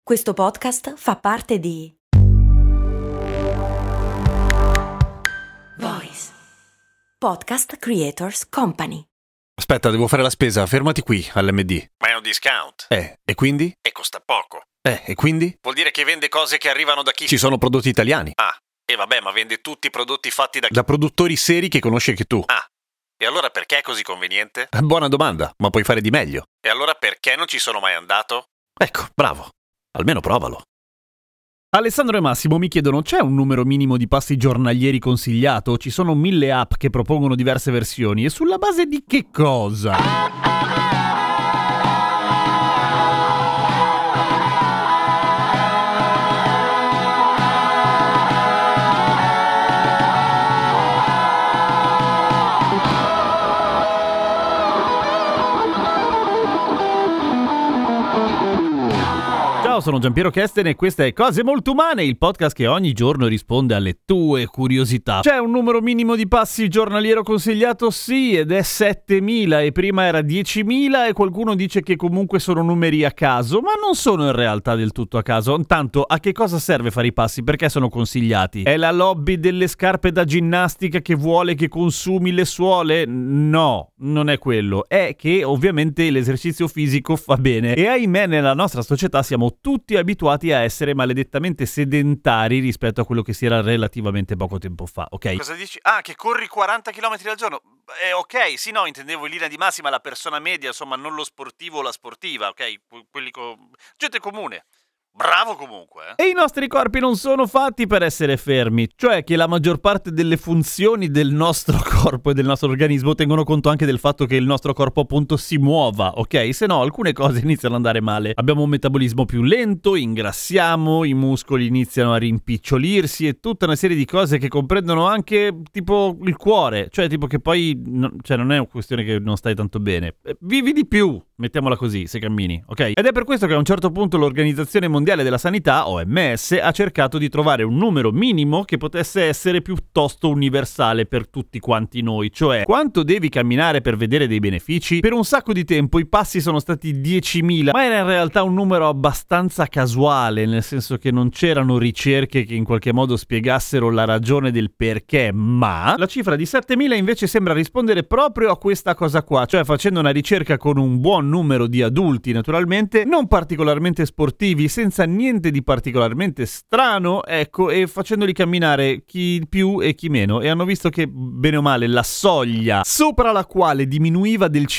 Questo podcast fa parte di Voice Podcast Creators Company. Aspetta, devo fare la spesa, fermati qui all'MD. Ma è un discount. E quindi? E costa poco. E quindi? Vuol dire che vende cose che arrivano da chi? Ci sono prodotti italiani. Ah, e vabbè, ma vende tutti i prodotti fatti da chi? Da produttori seri che conosci anche tu. Ah, e allora perché è così conveniente? Buona domanda, ma puoi fare di meglio. E allora perché non ci sono mai andato? Ecco, bravo. Almeno provalo. Alessandro e Massimo mi chiedono: c'è un numero minimo di passi giornalieri consigliato? Ci sono 1000 app che propongono diverse versioni, e sulla base di che cosa? Ciao, sono Giampiero Kesten e questa è Cose Molto Umane, il podcast che ogni giorno risponde alle tue curiosità. C'è un numero minimo di passi giornaliero consigliato? Sì, ed è 7000, e prima era 10.000, e qualcuno dice che comunque sono numeri a caso, ma non sono in realtà del tutto a caso. Intanto, a che cosa serve fare i passi? Perché sono consigliati? È la lobby delle scarpe da ginnastica che vuole che consumi le suole? No, non è quello. È che ovviamente l'esercizio fisico fa bene, e ahimè nella nostra società siamo tutti abituati a essere maledettamente sedentari rispetto a quello che si era relativamente poco tempo fa, ok? Cosa dici? Ah, che corri 40 km al giorno? Ok, sì, no, intendevo in linea di massima la persona media, insomma, non lo sportivo o la sportiva, ok? Quelli gente comune. Bravo comunque, E i nostri corpi non sono fatti per essere fermi, cioè che la maggior parte delle funzioni del nostro corpo e del nostro organismo tengono conto anche del fatto che il nostro corpo appunto si muova, ok? Se no alcune cose iniziano ad andare male. Abbiamo un metabolismo più lento, ingrassiamo, i muscoli iniziano a rimpicciolirsi e tutta una serie di cose che comprendono anche tipo il cuore, cioè tipo che poi non è una questione che non stai tanto bene. Vivi di più, mettiamola così, se cammini, ok? Ed è per questo che a un certo punto l'Organizzazione Mondiale della Sanità, OMS, ha cercato di trovare un numero minimo che potesse essere piuttosto universale per tutti quanti noi, cioè quanto devi camminare per vedere dei benefici? Per un sacco di tempo i passi sono stati 10.000, ma era in realtà un numero abbastanza casuale, nel senso che non c'erano ricerche che in qualche modo spiegassero la ragione del perché, ma la cifra di 7.000 invece sembra rispondere proprio a questa cosa qua, cioè facendo una ricerca con un buon numero di adulti, naturalmente, non particolarmente sportivi, senza niente di particolarmente strano, ecco, e facendoli camminare chi più e chi meno, e hanno visto che, bene o male, la soglia sopra la quale diminuiva del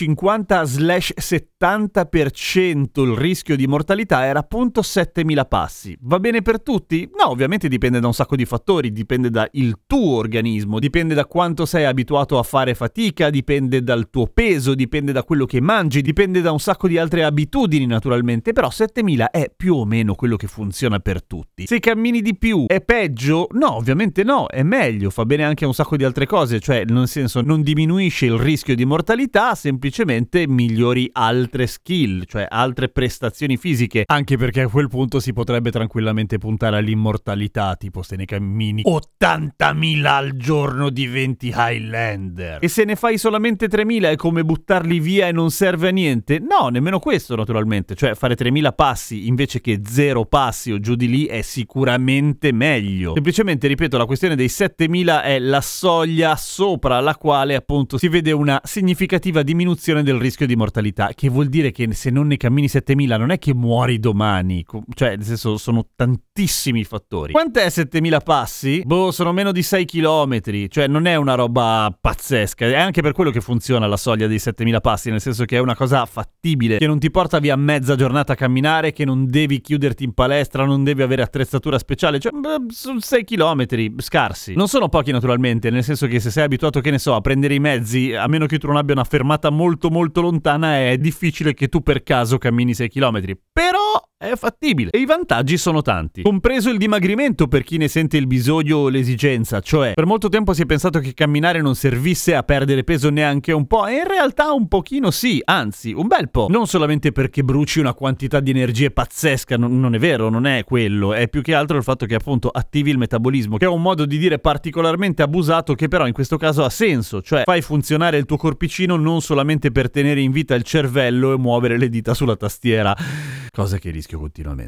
50/70% il rischio di mortalità era appunto 7.000 passi. Va bene per tutti? No, ovviamente dipende da un sacco di fattori, dipende dal tuo organismo, dipende da quanto sei abituato a fare fatica, dipende dal tuo peso, dipende da quello che mangi, dipende da un sacco di altre abitudini naturalmente, però 7.000 è più o meno quello che funziona per tutti. Se cammini di più è peggio? No, ovviamente no, è meglio, fa bene anche a un sacco di altre cose, cioè nel senso non diminuisce il rischio di mortalità, semplicemente migliori altre skill, cioè altre prestazioni fisiche, anche perché a quel punto si potrebbe tranquillamente puntare all'immortalità, tipo se ne cammini 80.000 al giorno diventi Highlander. E se ne fai solamente 3.000 è come buttarli via e non serve a niente? No, nemmeno questo naturalmente, cioè fare 3.000 passi invece che 0 passi o giù di lì è sicuramente meglio. Semplicemente, ripeto, la questione dei 7.000 è la soglia sopra la quale appunto si vede una significativa diminuzione del rischio di mortalità, che vuol dire che se non ne cammini 7.000 non è che muori domani, cioè nel senso sono tantissimi fattori. Quant'è 7.000 passi? Sono meno di 6 chilometri, cioè non è una roba pazzesca, è anche per quello che funziona la soglia dei 7.000 passi, nel senso che è una cosa fattibile, che non ti porta via mezza giornata a camminare, che non devi chiuderti in palestra, non devi avere attrezzatura speciale, cioè sono 6 chilometri scarsi. Non sono pochi naturalmente, nel senso che se sei abituato, che ne so, a prendere i mezzi, a meno che tu non abbia una fermata molto molto lontana, è difficile che tu per caso cammini 6 chilometri. Però è fattibile e i vantaggi sono tanti, compreso il dimagrimento per chi ne sente il bisogno o l'esigenza, cioè per molto tempo si è pensato che camminare non servisse a perdere peso neanche un po', e in realtà un pochino sì, anzi un bel po', non solamente perché bruci una quantità di energie pazzesca, non è vero, non è quello, è più che altro il fatto che appunto attivi il metabolismo, che è un modo di dire particolarmente abusato, che però in questo caso ha senso, cioè fai funzionare il tuo corpicino non solamente per tenere in vita il cervello e muovere le dita sulla tastiera, cosa che rischio continuamente.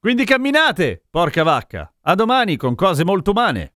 Quindi camminate, porca vacca. A domani con cose molto umane.